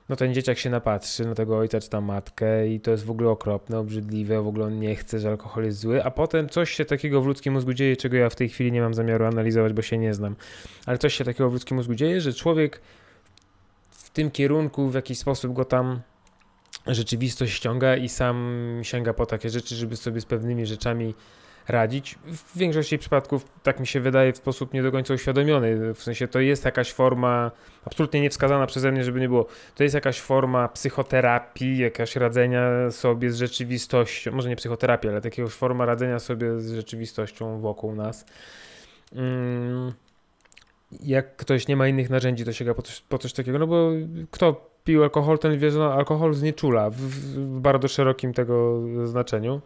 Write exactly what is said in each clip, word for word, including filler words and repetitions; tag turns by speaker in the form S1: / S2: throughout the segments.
S1: no ten dzieciak się napatrzy na tego ojca czy tam matkę i to jest w ogóle okropne, obrzydliwe, w ogóle on nie chce, że alkohol jest zły, a potem coś się takiego w ludzkim mózgu dzieje, czego ja w tej chwili nie mam zamiaru analizować, bo się nie znam, ale coś się takiego w ludzkim mózgu dzieje, że człowiek w tym kierunku w jakiś sposób go tam rzeczywistość ściąga i sam sięga po takie rzeczy, żeby sobie z pewnymi rzeczami radzić. W większości przypadków, tak mi się wydaje, w sposób nie do końca uświadomiony. W sensie to jest jakaś forma, absolutnie niewskazana przeze mnie, żeby nie było, to jest jakaś forma psychoterapii, jakaś radzenia sobie z rzeczywistością, może nie psychoterapia, ale takiego forma radzenia sobie z rzeczywistością wokół nas. Mm, jak ktoś nie ma innych narzędzi, to sięga po coś, po coś takiego, no bo kto pił alkohol, ten wie, że no, alkohol znieczula w, w bardzo szerokim tego znaczeniu.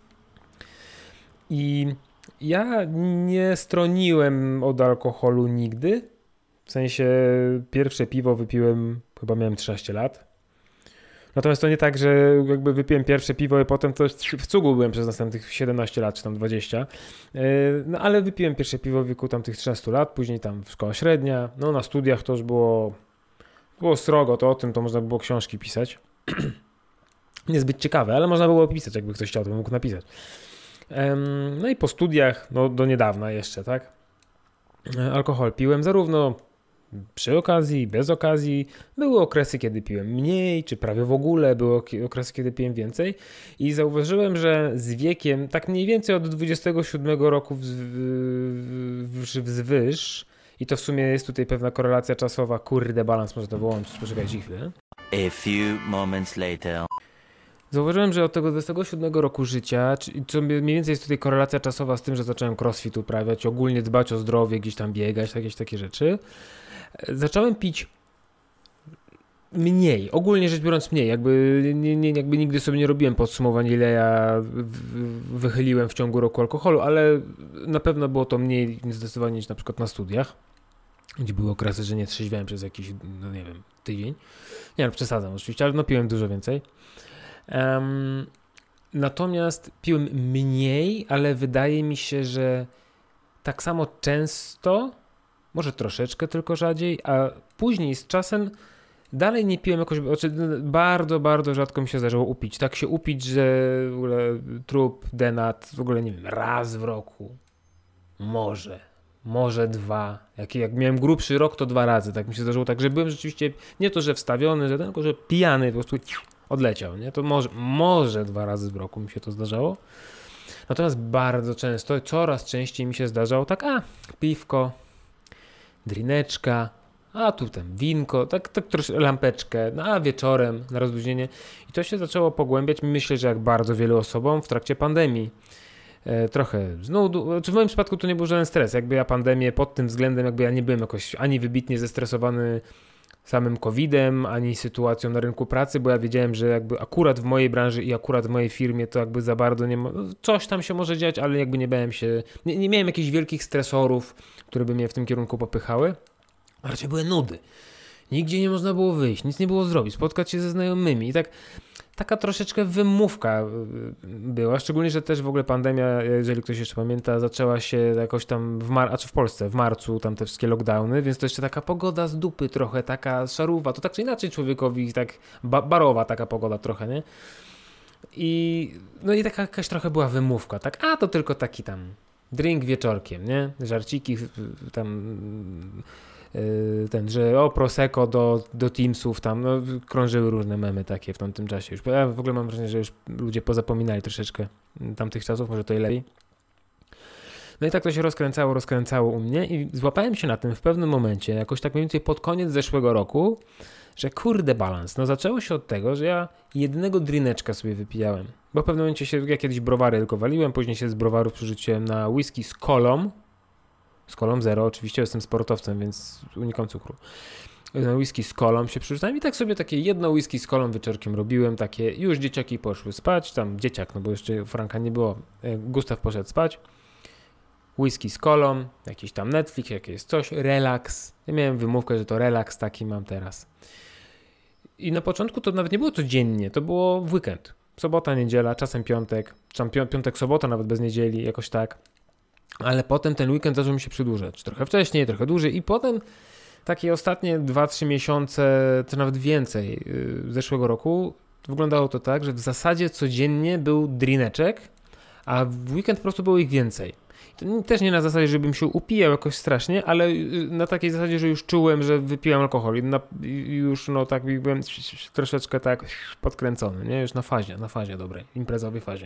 S1: I ja nie stroniłem od alkoholu nigdy. W sensie pierwsze piwo wypiłem, chyba miałem trzynaście lat. Natomiast to nie tak, że jakby wypiłem pierwsze piwo i potem to w cugu byłem przez następnych siedemnaście lat, czy tam dwadzieścia. No ale wypiłem pierwsze piwo w wieku tam tych trzynastu lat, później tam szkoła średnia. No na studiach to już było, było srogo, to o tym to można było książki pisać. Niezbyt ciekawe, ale można było pisać, jakby ktoś chciał, to mógł napisać. No i po studiach, no do niedawna jeszcze, tak? Alkohol piłem zarówno przy okazji, bez okazji. Były okresy, kiedy piłem mniej, czy prawie w ogóle. Były okresy, kiedy piłem więcej. I zauważyłem, że z wiekiem, tak mniej więcej od dwudziestego siódmego roku wzwyż, i to w sumie jest tutaj pewna korelacja czasowa, kurde, balans można to wyłączyć, poczekajcie chwilę.
S2: A few moments later.
S1: Zauważyłem, że od tego dwudziestego siódmego roku życia, co mniej więcej jest tutaj korelacja czasowa z tym, że zacząłem crossfit uprawiać, ogólnie dbać o zdrowie, gdzieś tam biegać, jakieś takie rzeczy. Zacząłem pić mniej, ogólnie rzecz biorąc mniej, jakby, nie, nie, jakby nigdy sobie nie robiłem podsumowań, ile ja wychyliłem w ciągu roku alkoholu, ale na pewno było to mniej zdecydowanie niż na przykład na studiach, gdzie były okresy, że nie trzeźwiałem przez jakiś, no nie wiem, tydzień. Nie no, przesadzam oczywiście, ale no piłem dużo więcej. Um, natomiast piłem mniej, ale wydaje mi się, że tak samo często, może troszeczkę tylko rzadziej, a później z czasem dalej nie piłem jakoś, znaczy bardzo, bardzo rzadko mi się zdarzyło upić. Tak się upić, że w ogóle trup, denat, w ogóle nie wiem, raz w roku, może, może dwa. Jak, jak miałem grubszy rok, to dwa razy, tak mi się zdarzyło, tak, że byłem rzeczywiście nie to, że wstawiony, że tylko, że pijany, po prostu odleciał, nie? To może, może dwa razy w roku mi się to zdarzało. Natomiast bardzo często, coraz częściej mi się zdarzało tak, a piwko, drineczka, a tu tam winko, tak, tak troszkę lampeczkę, no a wieczorem na rozluźnienie. I to się zaczęło pogłębiać, myślę, że jak bardzo wielu osobom w trakcie pandemii. E, trochę z nudu, czy w moim przypadku to nie był żaden stres, jakby ja pandemię pod tym względem, jakby ja nie byłem jakoś ani wybitnie zestresowany samym kowidem, ani sytuacją na rynku pracy, bo ja wiedziałem, że jakby akurat w mojej branży i akurat w mojej firmie to jakby za bardzo nie ma, coś tam się może dziać, ale jakby nie bałem się, nie, nie miałem jakichś wielkich stresorów, które by mnie w tym kierunku popychały, a raczej były nudy. Nigdzie nie można było wyjść, nic nie było zrobić, spotkać się ze znajomymi i tak taka troszeczkę wymówka była, szczególnie, że też w ogóle pandemia, jeżeli ktoś jeszcze pamięta, zaczęła się jakoś tam w mar- a czy w Polsce, w marcu, tam te wszystkie lockdowny, więc to jeszcze taka pogoda z dupy trochę, taka szarówa, to tak czy inaczej człowiekowi, tak ba- barowa taka pogoda trochę, nie? I no i taka jakaś trochę była wymówka, tak, a to tylko taki tam drink wieczorkiem, nie? Żarciki tam... ten, że o Prosecco do, do Teamsów tam, no krążyły różne memy takie w tamtym czasie już. Ja w ogóle mam wrażenie, że już ludzie pozapominali troszeczkę tamtych czasów, może to i lepiej. No i tak to się rozkręcało, rozkręcało u mnie i złapałem się na tym w pewnym momencie, jakoś tak mniej więcej pod koniec zeszłego roku, że kurde balans. No zaczęło się od tego, że ja jednego drineczka sobie wypijałem, bo w pewnym momencie się, ja kiedyś browary tylko waliłem, później się z browarów przerzuciłem na whisky z kolą, z kolą zero, oczywiście jestem sportowcem, więc unikam cukru. Na whisky z kolą się przerzucałem i tak sobie takie jedno whisky z kolą wieczorkiem robiłem, takie już dzieciaki poszły spać, tam dzieciak, no bo jeszcze Franka nie było, Gustaw poszedł spać, whisky z kolą, jakiś tam Netflix, jakieś coś, relaks. Ja miałem wymówkę, że to relaks taki mam teraz. I na początku to nawet nie było codziennie, to było w weekend. Sobota, niedziela, czasem piątek, czy tam piątek, sobota, nawet bez niedzieli, jakoś tak. Ale potem ten weekend zaczął mi się przedłużać. Trochę wcześniej, trochę dłużej i potem takie ostatnie dwa trzy miesiące, czy nawet więcej yy, zeszłego roku wyglądało to tak, że w zasadzie codziennie był drineczek, a w weekend po prostu było ich więcej. To też nie na zasadzie, żebym się upijał jakoś strasznie, ale na takiej zasadzie, że już czułem, że wypiłem alkohol i na, już no tak byłem troszeczkę tak podkręcony, nie? Już na fazie, na fazie dobrej, imprezowej fazie.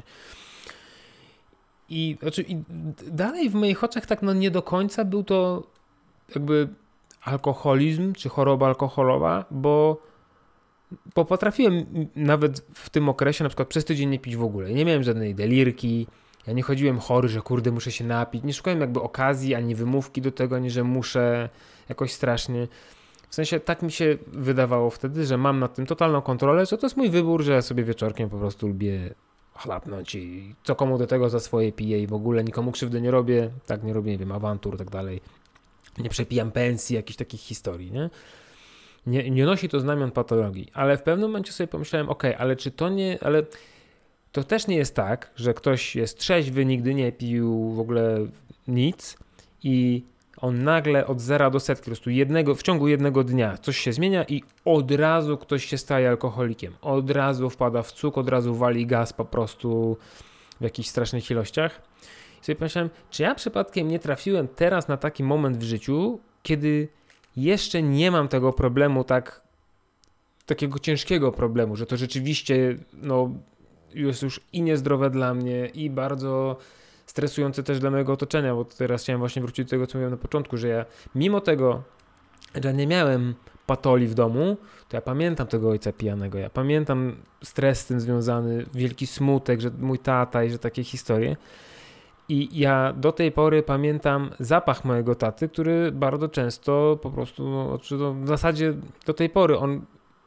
S1: I, znaczy, i dalej w moich oczach tak no nie do końca był to jakby alkoholizm, czy choroba alkoholowa, bo, bo potrafiłem nawet w tym okresie na przykład przez tydzień nie pić w ogóle. Nie miałem żadnej delirki, ja nie chodziłem chory, że kurde muszę się napić, nie szukałem jakby okazji, ani wymówki do tego, ani że muszę jakoś strasznie. W sensie tak mi się wydawało wtedy, że mam nad tym totalną kontrolę, że to jest mój wybór, że ja sobie wieczorkiem po prostu lubię chlapnąć i co komu do tego za swoje piję i w ogóle nikomu krzywdy nie robię, tak nie robię, nie wiem, awantur i tak dalej. Nie przepijam pensji, jakichś takich historii, nie? Nie, nie nosi to znamion patologii, ale w pewnym momencie sobie pomyślałem, okej, okay, ale czy to nie, ale to też nie jest tak, że ktoś jest trzeźwy, nigdy nie pił w ogóle nic i on nagle od zera do setki, po prostu jednego, w ciągu jednego dnia coś się zmienia i od razu ktoś się staje alkoholikiem. Od razu wpada w cuk, od razu wali gaz po prostu w jakichś strasznych ilościach. I sobie pomyślałem, czy ja przypadkiem nie trafiłem teraz na taki moment w życiu, kiedy jeszcze nie mam tego problemu tak, takiego ciężkiego problemu, że to rzeczywiście no, jest już i niezdrowe dla mnie i bardzo stresujące też dla mojego otoczenia, bo teraz chciałem właśnie wrócić do tego, co mówiłem na początku, że ja mimo tego, że nie miałem patoli w domu, to ja pamiętam tego ojca pijanego, ja pamiętam stres z tym związany, wielki smutek, że mój tata i że takie historie. I ja do tej pory pamiętam zapach mojego taty, który bardzo często po prostu, no, w zasadzie do tej pory on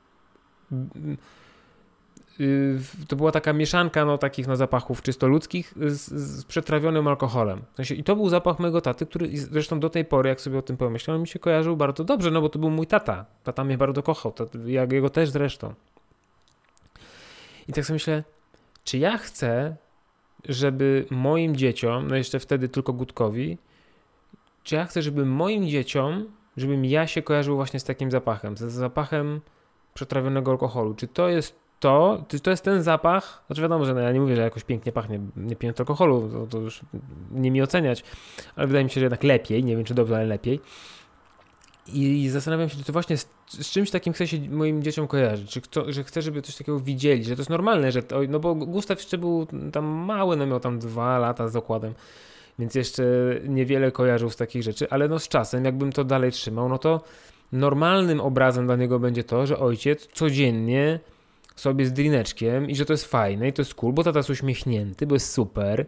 S1: to była taka mieszanka no, takich no, zapachów czysto ludzkich z, z przetrawionym alkoholem. W sensie, i to był zapach mojego taty, który zresztą do tej pory, jak sobie o tym pomyślałem, mi się kojarzył bardzo dobrze, no bo to był mój tata. Tata mnie bardzo kochał, tata, jak jego też zresztą. I tak sobie myślę, czy ja chcę, żeby moim dzieciom, no jeszcze wtedy tylko Gutkowi, czy ja chcę, żeby moim dzieciom, żebym ja się kojarzył właśnie z takim zapachem, z zapachem przetrawionego alkoholu. Czy to jest to, czy to jest ten zapach, znaczy wiadomo, że no ja nie mówię, że jakoś pięknie pachnie, nie pijąc alkoholu, to, to już nie mi oceniać, ale wydaje mi się, że jednak lepiej, nie wiem czy dobrze, ale lepiej. I zastanawiam się, czy to właśnie z, z czymś takim chcę się moim dzieciom kojarzyć, czy kto, że chcę, żeby coś takiego widzieli, że to jest normalne, że to, no bo Gustaw jeszcze był tam mały, no miał tam dwa lata z okładem, więc jeszcze niewiele kojarzył z takich rzeczy, ale no z czasem, jakbym to dalej trzymał, no to normalnym obrazem dla niego będzie to, że ojciec codziennie sobie z drineczkiem i że to jest fajne i to jest cool, bo tata jest uśmiechnięty, bo jest super,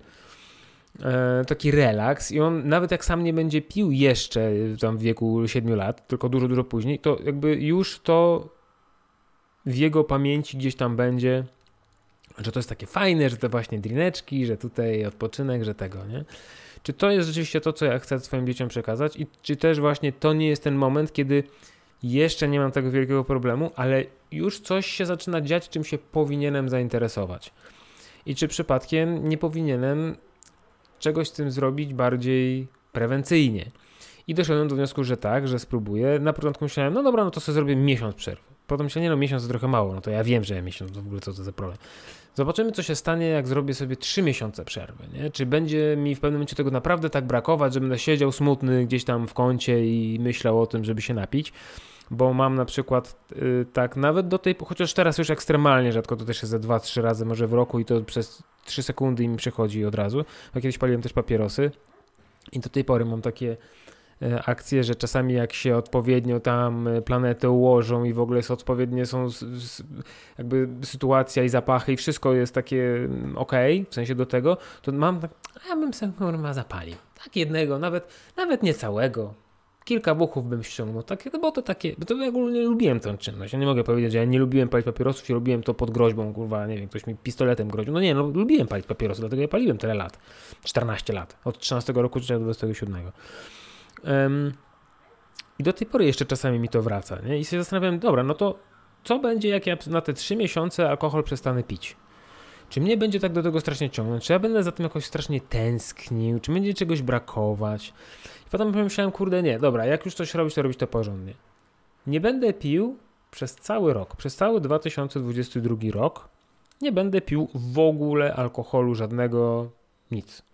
S1: e, taki relaks i on nawet jak sam nie będzie pił jeszcze tam w wieku siedmiu lat, tylko dużo, dużo później, to jakby już to w jego pamięci gdzieś tam będzie, że to jest takie fajne, że to właśnie drineczki, że tutaj odpoczynek, że tego, nie? Czy to jest rzeczywiście to, co ja chcę swoim dzieciom przekazać i czy też właśnie to nie jest ten moment, kiedy jeszcze nie mam tego wielkiego problemu, ale już coś się zaczyna dziać, czym się powinienem zainteresować. I czy przypadkiem nie powinienem czegoś z tym zrobić bardziej prewencyjnie. I doszedłem do wniosku, że tak, że spróbuję. Na początku myślałem, no dobra, no to sobie zrobię miesiąc przerwy. Potem myślałem, nie no, miesiąc to trochę mało, no to ja wiem, że ja miesiąc, to w ogóle co to za problem. Zobaczymy, co się stanie, jak zrobię sobie trzy miesiące przerwy, nie? Czy będzie mi w pewnym momencie tego naprawdę tak brakować, że będę siedział smutny gdzieś tam w kącie i myślał o tym, żeby się napić. Bo mam na przykład yy, tak nawet do tej, chociaż teraz już ekstremalnie rzadko, to też jest ze dwa, trzy razy może w roku i to przez trzy sekundy mi przychodzi od razu, bo kiedyś paliłem też papierosy i do tej pory mam takie yy, akcje, że czasami jak się odpowiednio tam planety ułożą i w ogóle są odpowiednie są s, s, jakby sytuacja i zapachy i wszystko jest takie okej, okay, w sensie do tego, to mam tak, a ja bym sobie chyba zapalił, tak jednego, nawet, nawet nie całego. Kilka buchów bym ściągnął, takie, bo to takie, bo to ja ogólnie lubiłem tę czynność. Ja nie mogę powiedzieć, że ja nie lubiłem palić papierosów i robiłem to pod groźbą, kurwa, nie wiem, ktoś mi pistoletem groził. No nie, no lubiłem palić papierosy, dlatego ja paliłem tyle lat. czternaście lat. Od trzynastego roku do dwudziestego siódmego. Um, I do tej pory jeszcze czasami mi to wraca, nie? I się zastanawiam, dobra, no to co będzie, jak ja na te trzy miesiące alkohol przestanę pić? Czy mnie będzie tak do tego strasznie ciągnąć? Czy ja będę za tym jakoś strasznie tęsknił? Czy będzie czegoś brakować? I potem pomyślałem, kurde, nie, dobra, jak już coś robić, to robić to porządnie. Nie będę pił przez cały rok, przez cały dwa tysiące dwudziesty drugi rok nie będę pił w ogóle alkoholu żadnego, nic.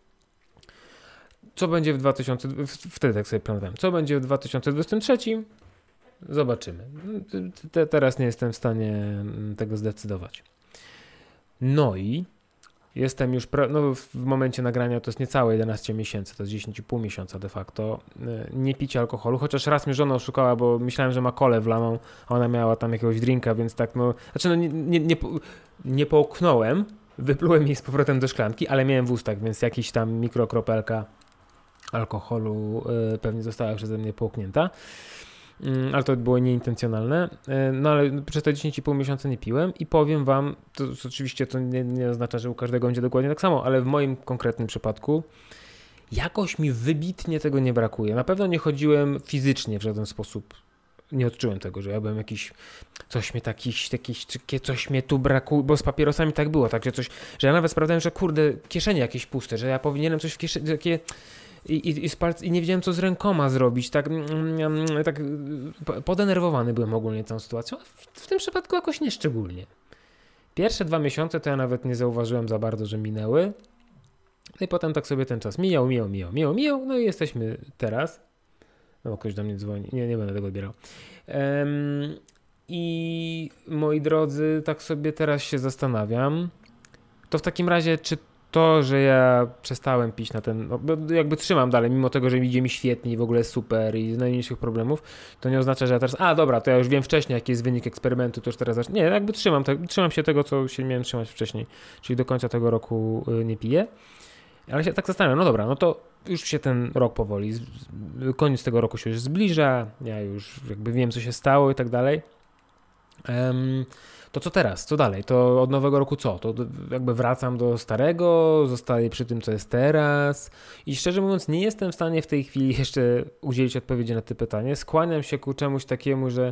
S1: Co będzie w dwa tysiące... Wtedy tak sobie planowałem. Co będzie w dwa tysiące dwudziestym trzecim? Zobaczymy. Te, teraz nie jestem w stanie tego zdecydować. No i jestem już, pra- no w momencie nagrania to jest niecałe jedenaście miesięcy, to jest dziesięć i pół miesiąca de facto, nie picie alkoholu, chociaż raz mnie żona oszukała, bo myślałem, że ma kolę wlaną, a ona miała tam jakiegoś drinka, więc tak no, znaczy no nie, nie, nie, nie połknąłem, wyplułem jej z powrotem do szklanki, ale miałem w ustach, więc jakiś tam mikrokropelka alkoholu y, pewnie została przeze mnie połknięta. Ale to było nieintencjonalne. No ale przez te dziesięć i pół miesiąca nie piłem i powiem wam, to oczywiście to nie, nie oznacza, że u każdego będzie dokładnie tak samo, ale w moim konkretnym przypadku jakoś mi wybitnie tego nie brakuje. Na pewno nie chodziłem fizycznie w żaden sposób. Nie odczułem tego, że ja byłem jakiś, coś mnie taki, jakiś, coś mnie tu brakuje, bo z papierosami tak było, tak, że coś, że ja nawet sprawdzałem, że kurde, kieszenie jakieś puste, że ja powinienem coś w kieszeni, takie I, i, i, z palc- I nie wiedziałem, co z rękoma zrobić. Tak, mm, tak podenerwowany byłem ogólnie tą sytuacją. W, w tym przypadku jakoś nieszczególnie. Pierwsze dwa miesiące to ja nawet nie zauważyłem za bardzo, że minęły. No i potem tak sobie ten czas mijał, mijał, mijał, mijał, mijał. No i jesteśmy teraz. No ktoś do mnie dzwoni. Nie, nie będę tego odbierał. Um, I moi drodzy, tak sobie teraz się zastanawiam. To w takim razie, czy to, że ja przestałem pić na ten, no, jakby trzymam dalej, mimo tego, że idzie mi świetnie i w ogóle super i z najmniejszych problemów, to nie oznacza, że ja teraz, a dobra, to ja już wiem wcześniej, jaki jest wynik eksperymentu, to już teraz zacznę. Nie, jakby trzymam, te, trzymam się tego, co się miałem trzymać wcześniej, czyli do końca tego roku nie piję, ale się tak zastanawiam, no dobra, no to już się ten rok powoli, koniec tego roku się już zbliża, ja już jakby wiem, co się stało i tak dalej. Um, To co teraz? Co dalej? To od nowego roku co? To jakby wracam do starego, zostaję przy tym, co jest teraz i szczerze mówiąc nie jestem w stanie w tej chwili jeszcze udzielić odpowiedzi na to pytanie. Skłaniam się ku czemuś takiemu, że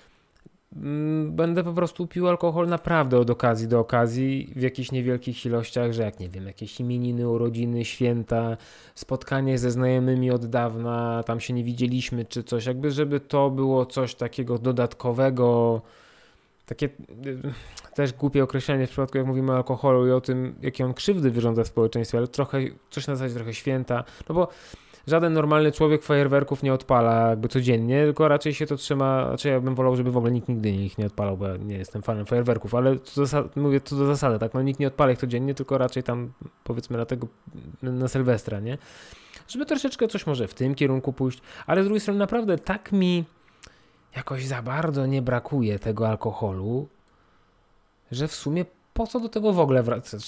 S1: mm, będę po prostu pił alkohol naprawdę od okazji do okazji w jakichś niewielkich ilościach, że jak nie wiem, jakieś imieniny, urodziny, święta, spotkanie ze znajomymi od dawna, tam się nie widzieliśmy czy coś, jakby żeby to było coś takiego dodatkowego. Takie też głupie określenie w przypadku, jak mówimy o alkoholu i o tym, jakie on krzywdy wyrządza w społeczeństwie, ale trochę, coś na zasadzie trochę święta, no bo żaden normalny człowiek fajerwerków nie odpala jakby codziennie, tylko raczej się to trzyma, znaczy ja bym wolał, żeby w ogóle nikt nigdy ich nie odpalał, bo ja nie jestem fanem fajerwerków, ale to zasad, mówię co do zasady, tak, no nikt nie odpala ich codziennie, tylko raczej tam powiedzmy na tego, na Sylwestra, nie? Żeby troszeczkę coś może w tym kierunku pójść, ale z drugiej strony naprawdę tak mi jakoś za bardzo nie brakuje tego alkoholu, że w sumie po co do tego w ogóle wracać?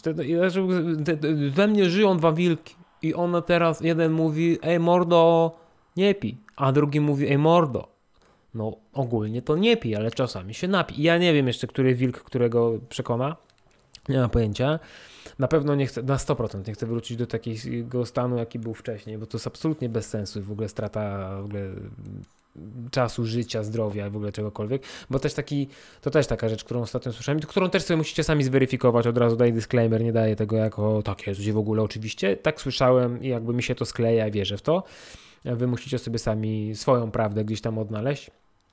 S1: We mnie żyją dwa wilki i one teraz, jeden mówi, ej mordo, nie pij, a drugi mówi, ej mordo, no ogólnie to nie pij, ale czasami się napij. I ja nie wiem jeszcze, który wilk, którego przekona, nie mam pojęcia. Na pewno nie chcę, na sto procent nie chcę wrócić do takiego stanu, jaki był wcześniej, bo to jest absolutnie bez sensu i w ogóle strata w ogóle czasu, życia, zdrowia i w ogóle czegokolwiek, bo też taki, to też taka rzecz, którą ostatnio słyszałem, którą też sobie musicie sami zweryfikować, od razu daję disclaimer, nie daję tego jako takie jest w ogóle oczywiście, tak słyszałem i jakby mi się to skleja, wierzę w to, wy musicie sobie sami swoją prawdę gdzieś tam odnaleźć,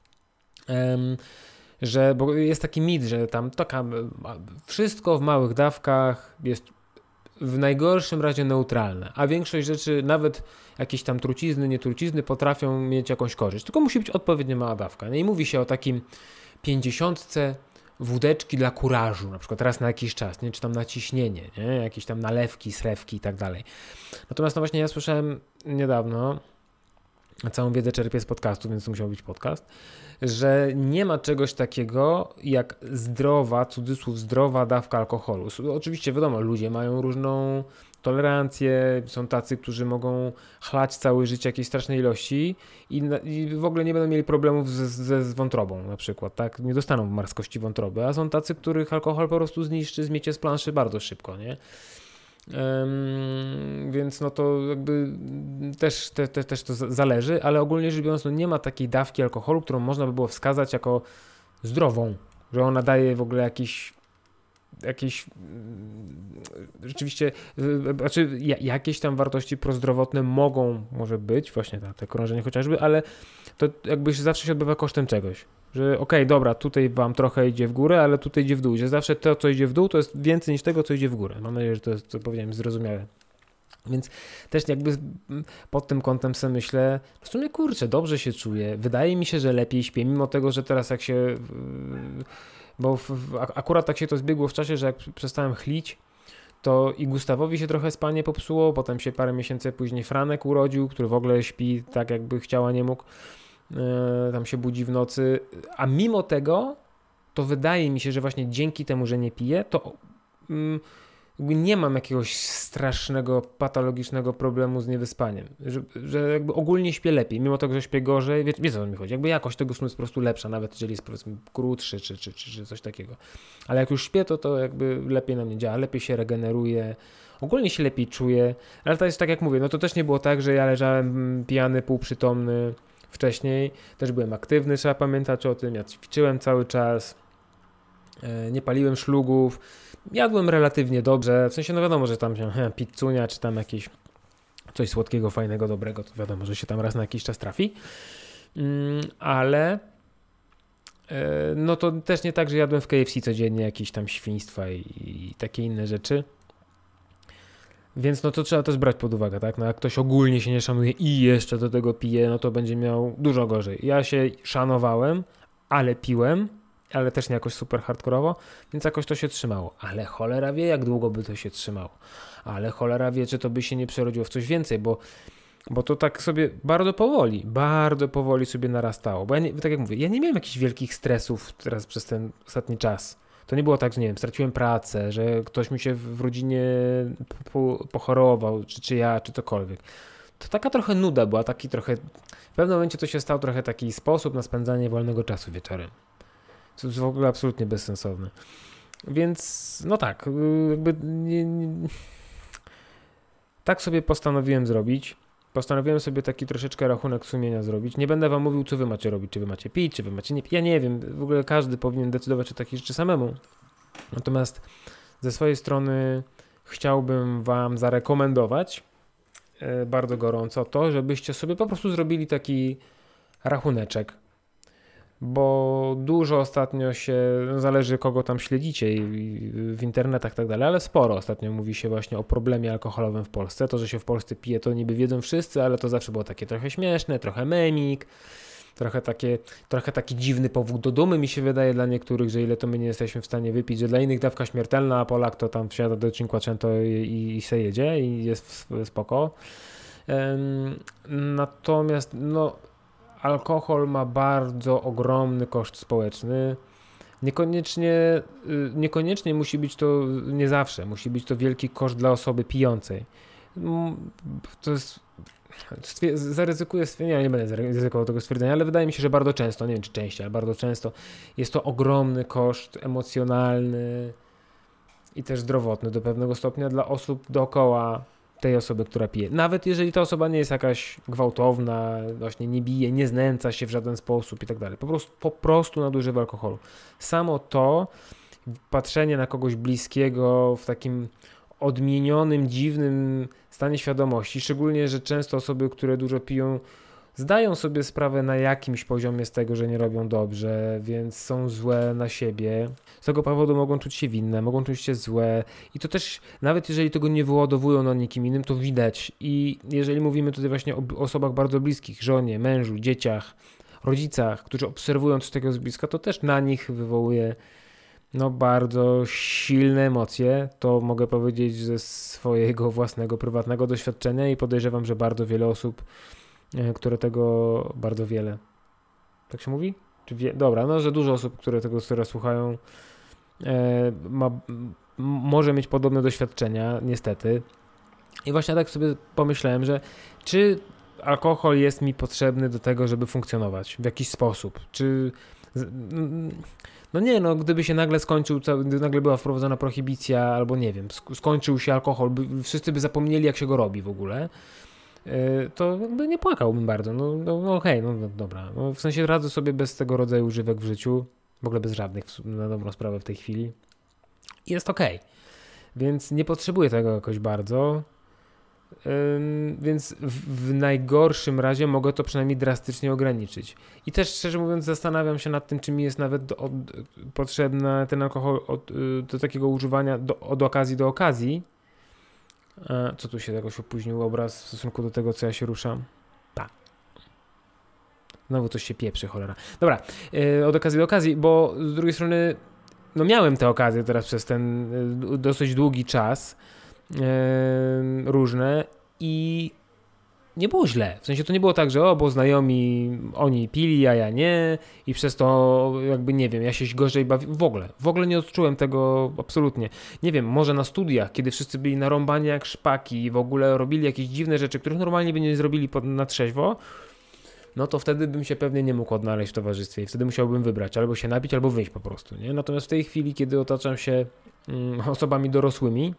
S1: um, że, bo jest taki mit, że tam taka, wszystko w małych dawkach jest w najgorszym razie neutralne, a większość rzeczy, nawet jakieś tam trucizny, nietrucizny potrafią mieć jakąś korzyść, tylko musi być odpowiednio mała dawka. No i mówi się o takim pięćdziesiątce wódeczki dla kurażu, na przykład raz na jakiś czas, nie? Czy tam na ciśnienie, nie? Jakieś tam nalewki, srewki i tak dalej. Natomiast no właśnie ja słyszałem niedawno, całą wiedzę czerpię z podcastu, więc to musiał być podcast, że nie ma czegoś takiego jak zdrowa, cudzysłów zdrowa dawka alkoholu. Oczywiście wiadomo, ludzie mają różną tolerancję, są tacy, którzy mogą chlać całe życie jakiejś strasznej ilości i, i w ogóle nie będą mieli problemów ze, ze z wątrobą na przykład, tak? Nie dostaną marskości wątroby, a są tacy, których alkohol po prostu zniszczy, zmiecie z planszy bardzo szybko, nie? Um, więc no to jakby też, te, te, też to zależy, ale ogólnie rzecz biorąc no nie ma takiej dawki alkoholu, którą można by było wskazać jako zdrową, że ona daje w ogóle jakiś jakieś rzeczywiście, znaczy jakieś tam wartości prozdrowotne mogą może być, właśnie ta, te krążenie chociażby, ale to jakby zawsze się odbywa kosztem czegoś. Że okej, okay, dobra, tutaj wam trochę idzie w górę, ale tutaj idzie w dół. Że zawsze to, co idzie w dół, to jest więcej niż tego, co idzie w górę. Mam nadzieję, że to jest, co powiedziałem, zrozumiałe. Więc też jakby pod tym kątem sobie myślę, w sumie kurczę, dobrze się czuję. Wydaje mi się, że lepiej śpię, mimo tego, że teraz jak się... Bo w, akurat tak się to zbiegło w czasie, że jak przestałem chlić, to i Gustawowi się trochę spanie popsuło, potem się parę miesięcy później Franek urodził, który w ogóle śpi tak jakby chciał, a nie mógł. Yy, tam się budzi w nocy, a mimo tego to wydaje mi się, że właśnie dzięki temu, że nie piję, to yy, nie mam jakiegoś strasznego, patologicznego problemu z niewyspaniem, że, że jakby ogólnie śpię lepiej, mimo tego, że śpię gorzej, wie, wiecie o co mi chodzi, jakby jakość tego snu jest po prostu lepsza, nawet jeżeli jest powiedzmy krótszy czy, czy, czy, czy coś takiego, ale jak już śpię, to to jakby lepiej na mnie działa, lepiej się regeneruje, ogólnie się lepiej czuję, ale to jest tak jak mówię, no to też nie było tak, że ja leżałem pijany, półprzytomny wcześniej, też byłem aktywny, trzeba pamiętać o tym, ja ćwiczyłem cały czas, nie paliłem szlugów, jadłem relatywnie dobrze, w sensie no wiadomo, że tam się he, pizzunia, czy tam jakieś coś słodkiego, fajnego, dobrego, to wiadomo, że się tam raz na jakiś czas trafi, mm, ale e, no to też nie tak, że jadłem w K F C codziennie jakieś tam świństwa i, i takie inne rzeczy, więc no to trzeba też brać pod uwagę, tak, no jak ktoś ogólnie się nie szanuje i jeszcze do tego pije, no to będzie miał dużo gorzej. Ja się szanowałem, ale piłem, ale też nie jakoś super hardkorowo, więc jakoś to się trzymało. Ale cholera wie, jak długo by to się trzymało. Ale cholera wie, czy to by się nie przerodziło w coś więcej, bo, bo to tak sobie bardzo powoli, bardzo powoli sobie narastało. Bo ja nie, tak jak mówię, ja nie miałem jakichś wielkich stresów teraz przez ten ostatni czas. To nie było tak, że nie wiem, straciłem pracę, że ktoś mi się w rodzinie po, pochorował, czy, czy ja, czy cokolwiek. To taka trochę nuda była, taki trochę... W pewnym momencie to się stał trochę taki sposób na spędzanie wolnego czasu wieczorem. To jest w ogóle absolutnie bezsensowne. Więc no tak, jakby nie, nie, tak sobie postanowiłem zrobić. Postanowiłem sobie taki troszeczkę rachunek sumienia zrobić. Nie będę wam mówił, co wy macie robić, czy wy macie pić, czy wy macie nie pić. Ja nie wiem, w ogóle każdy powinien decydować o takich rzeczy samemu. Natomiast ze swojej strony chciałbym wam zarekomendować e, bardzo gorąco to, żebyście sobie po prostu zrobili taki rachuneczek. Bo dużo ostatnio się, no zależy kogo tam śledzicie i w internetach i tak dalej, ale sporo ostatnio mówi się właśnie o problemie alkoholowym w Polsce. To, że się w Polsce pije, to niby wiedzą wszyscy, ale to zawsze było takie trochę śmieszne, trochę memik, trochę, takie, trochę taki dziwny powód do dumy mi się wydaje dla niektórych, że ile to my nie jesteśmy w stanie wypić, że dla innych dawka śmiertelna, a Polak to tam wsiada do Cinquecento i, i, i se jedzie i jest spoko. Um, natomiast no alkohol ma bardzo ogromny koszt społeczny. Niekoniecznie, niekoniecznie musi być to, nie zawsze, musi być to wielki koszt dla osoby pijącej. To jest, zaryzykuję stwierdzenia, nie będę ryzykował tego stwierdzenia, ale wydaje mi się, że bardzo często, nie wiem czy częściej, ale bardzo często jest to ogromny koszt emocjonalny i też zdrowotny do pewnego stopnia dla osób dookoła tej osoby, która pije. Nawet jeżeli ta osoba nie jest jakaś gwałtowna, właśnie nie bije, nie znęca się w żaden sposób i tak dalej. Po prostu, po prostu nadużywa alkoholu. Samo to, patrzenie na kogoś bliskiego w takim odmienionym, dziwnym stanie świadomości, szczególnie, że często osoby, które dużo piją, zdają sobie sprawę na jakimś poziomie z tego, że nie robią dobrze, więc są złe na siebie. Z tego powodu mogą czuć się winne, mogą czuć się złe i to też, nawet jeżeli tego nie wyładowują na nikim innym, to widać. I jeżeli mówimy tutaj właśnie o osobach bardzo bliskich, żonie, mężu, dzieciach, rodzicach, którzy obserwują coś takiego z bliska, to też na nich wywołuje no bardzo silne emocje. To mogę powiedzieć ze swojego własnego, prywatnego doświadczenia i podejrzewam, że bardzo wiele osób, które tego, bardzo wiele, tak się mówi? Czy wie, dobra, no że dużo osób, które tego teraz słuchają, e, ma, m, może mieć podobne doświadczenia, niestety. I właśnie tak sobie pomyślałem, że czy alkohol jest mi potrzebny do tego, żeby funkcjonować w jakiś sposób, czy no nie, no gdyby się nagle skończył, gdyby nagle była wprowadzona prohibicja, albo nie wiem, skończył się alkohol, by, wszyscy by zapomnieli jak się go robi w ogóle, to jakby nie płakałbym bardzo, no, no, no okej, okay, no, no dobra, no, w sensie radzę sobie bez tego rodzaju używek w życiu, w ogóle bez żadnych na dobrą sprawę w tej chwili jest okej. Więc nie potrzebuję tego jakoś bardzo. Ym, więc w, w najgorszym razie mogę to przynajmniej drastycznie ograniczyć. I też szczerze mówiąc zastanawiam się nad tym, czy mi jest nawet do, od, potrzebny ten alkohol od, do takiego używania do, od okazji do okazji. E, co tu się jakoś opóźnił obraz w stosunku do tego, co ja się ruszam? Tak. Znowu coś się pieprzy, cholera. Dobra, e, od okazji do okazji, bo z drugiej strony no miałem tę okazję teraz przez ten e, dosyć długi czas e, różne i nie było źle. W sensie to nie było tak, że o, bo znajomi oni pili, a ja nie i przez to jakby nie wiem, ja się gorzej bawię. W ogóle, w ogóle nie odczułem tego absolutnie. Nie wiem, może na studiach, kiedy wszyscy byli narąbani jak szpaki i w ogóle robili jakieś dziwne rzeczy, których normalnie by nie zrobili pod, na trzeźwo, no to wtedy bym się pewnie nie mógł odnaleźć w towarzystwie i wtedy musiałbym wybrać albo się napić, albo wyjść po prostu, nie? Natomiast w tej chwili, kiedy otaczam się mm, osobami dorosłymi,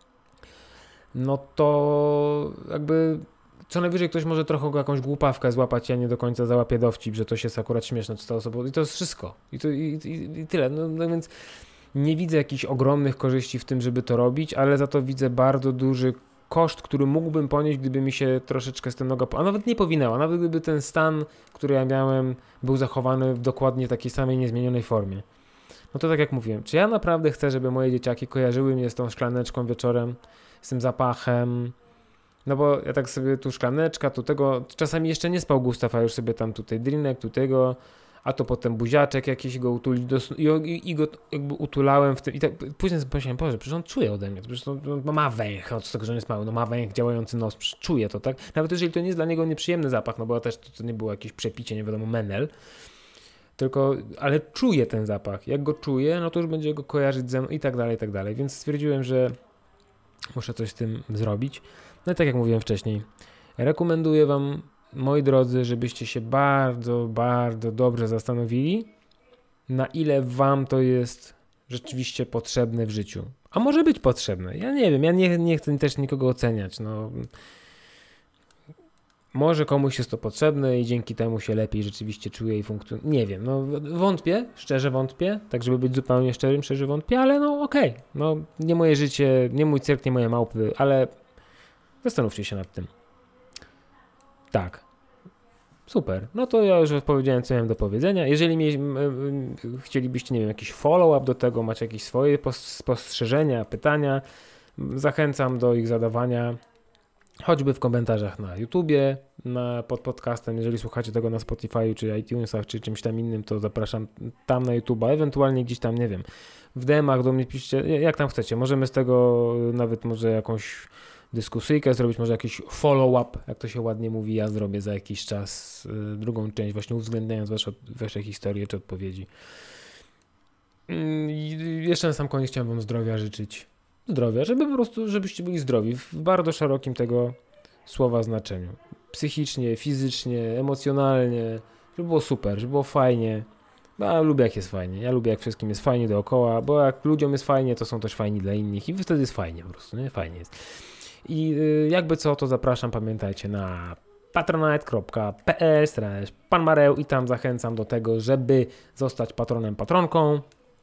S1: no to jakby co najwyżej ktoś może trochę jakąś głupawkę złapać, ja nie do końca załapię dowcip, że to się jest akurat śmieszne, co ta osoba, i to jest wszystko. I, to, i, i, i tyle. No, no więc nie widzę jakichś ogromnych korzyści w tym, żeby to robić, ale za to widzę bardzo duży koszt, który mógłbym ponieść, gdyby mi się troszeczkę z tym noga, a nawet nie powinęła, nawet gdyby ten stan, który ja miałem, był zachowany w dokładnie takiej samej niezmienionej formie. No to tak jak mówiłem, czy ja naprawdę chcę, żeby moje dzieciaki kojarzyły mnie z tą szklaneczką wieczorem, z tym zapachem. No bo ja tak sobie tu szklaneczka, tu tego, czasami jeszcze nie spał Gustaw, a już sobie tam tutaj drinek, tu tego, a to potem buziaczek jakiś go utulić do snu, i, i, i go jakby utulałem w tym, i tak później sobie pomyślałem, Boże, przecież on czuje ode mnie, przecież on, on ma węch, od tego, że on jest mały, no ma węch, działający nos, czuje to, tak? Nawet jeżeli to nie jest dla niego nieprzyjemny zapach, no bo też to, to nie było jakieś przepicie, nie wiadomo, menel, tylko, ale czuje ten zapach, jak go czuje, no to już będzie go kojarzyć ze mną i tak dalej, i tak dalej, więc stwierdziłem, że muszę coś z tym zrobić. No i tak jak mówiłem wcześniej, rekomenduję wam, moi drodzy, żebyście się bardzo, bardzo dobrze zastanowili, na ile wam to jest rzeczywiście potrzebne w życiu. A może być potrzebne. Ja nie wiem, ja nie, nie chcę też nikogo oceniać. No. Może komuś jest to potrzebne i dzięki temu się lepiej rzeczywiście czuje i funkcjonuje. Nie wiem, no wątpię, szczerze wątpię, tak żeby być zupełnie szczerym, szczerze wątpię, ale no okej, okay. No nie moje życie, nie mój cyrk, nie moje małpy, ale zastanówcie się nad tym. Tak. Super. No to ja już powiedziałem, co miałem do powiedzenia. Jeżeli mi, chcielibyście, nie wiem, jakiś follow-up do tego, macie jakieś swoje spostrzeżenia, pytania, zachęcam do ich zadawania, choćby w komentarzach na YouTubie, na, pod podcastem. Jeżeli słuchacie tego na Spotify, czy iTunesach, czy czymś tam innym, to zapraszam tam na YouTube'a, ewentualnie gdzieś tam, nie wiem, w D M-ach do mnie piszcie, jak tam chcecie. Możemy z tego nawet może jakąś dyskusyjkę zrobić, może jakiś follow-up, jak to się ładnie mówi, ja zrobię za jakiś czas y, drugą część, właśnie uwzględniając wasze, wasze historie czy odpowiedzi. I jeszcze na sam koniec chciałem wam zdrowia życzyć. Zdrowia, żeby po prostu, żebyście byli zdrowi w bardzo szerokim tego słowa znaczeniu. Psychicznie, fizycznie, emocjonalnie, żeby było super, żeby było fajnie. Bo ja lubię jak jest fajnie, ja lubię jak wszystkim jest fajnie dookoła, bo jak ludziom jest fajnie, to są też fajni dla innych i wtedy jest fajnie po prostu, nie? Fajnie jest. I jakby co, to zapraszam, pamiętajcie, na patronite kropka pl slash panmareł i tam zachęcam do tego, żeby zostać patronem, patronką.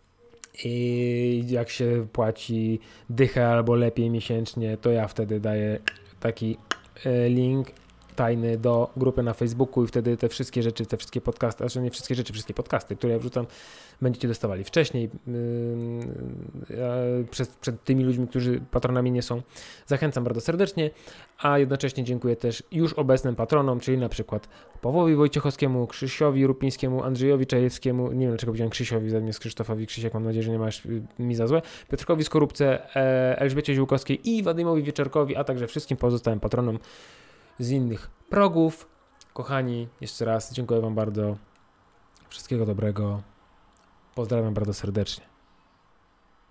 S1: I jak się płaci dychę albo lepiej miesięcznie, to ja wtedy daję taki link tajny do grupy na Facebooku i wtedy te wszystkie rzeczy, te wszystkie podcasty, znaczy nie wszystkie rzeczy, wszystkie podcasty, które ja wrzucam, będziecie dostawali wcześniej yy, yy, przed, przed tymi ludźmi, którzy patronami nie są. Zachęcam bardzo serdecznie, a jednocześnie dziękuję też już obecnym patronom, czyli na przykład Pawłowi Wojciechowskiemu, Krzysiowi Rupińskiemu, Andrzejowi Czajewskiemu, nie wiem dlaczego powiedziałem Krzysiowi zamiast Krzysztofowi, Krzysiek, mam nadzieję, że nie masz mi za złe, Piotrkowi Skorupce, Elżbiecie Ziółkowskiej i Wadymowi Wieczorkowi, a także wszystkim pozostałym patronom z innych progów. Kochani, jeszcze raz dziękuję wam bardzo. Wszystkiego dobrego. Pozdrawiam bardzo serdecznie.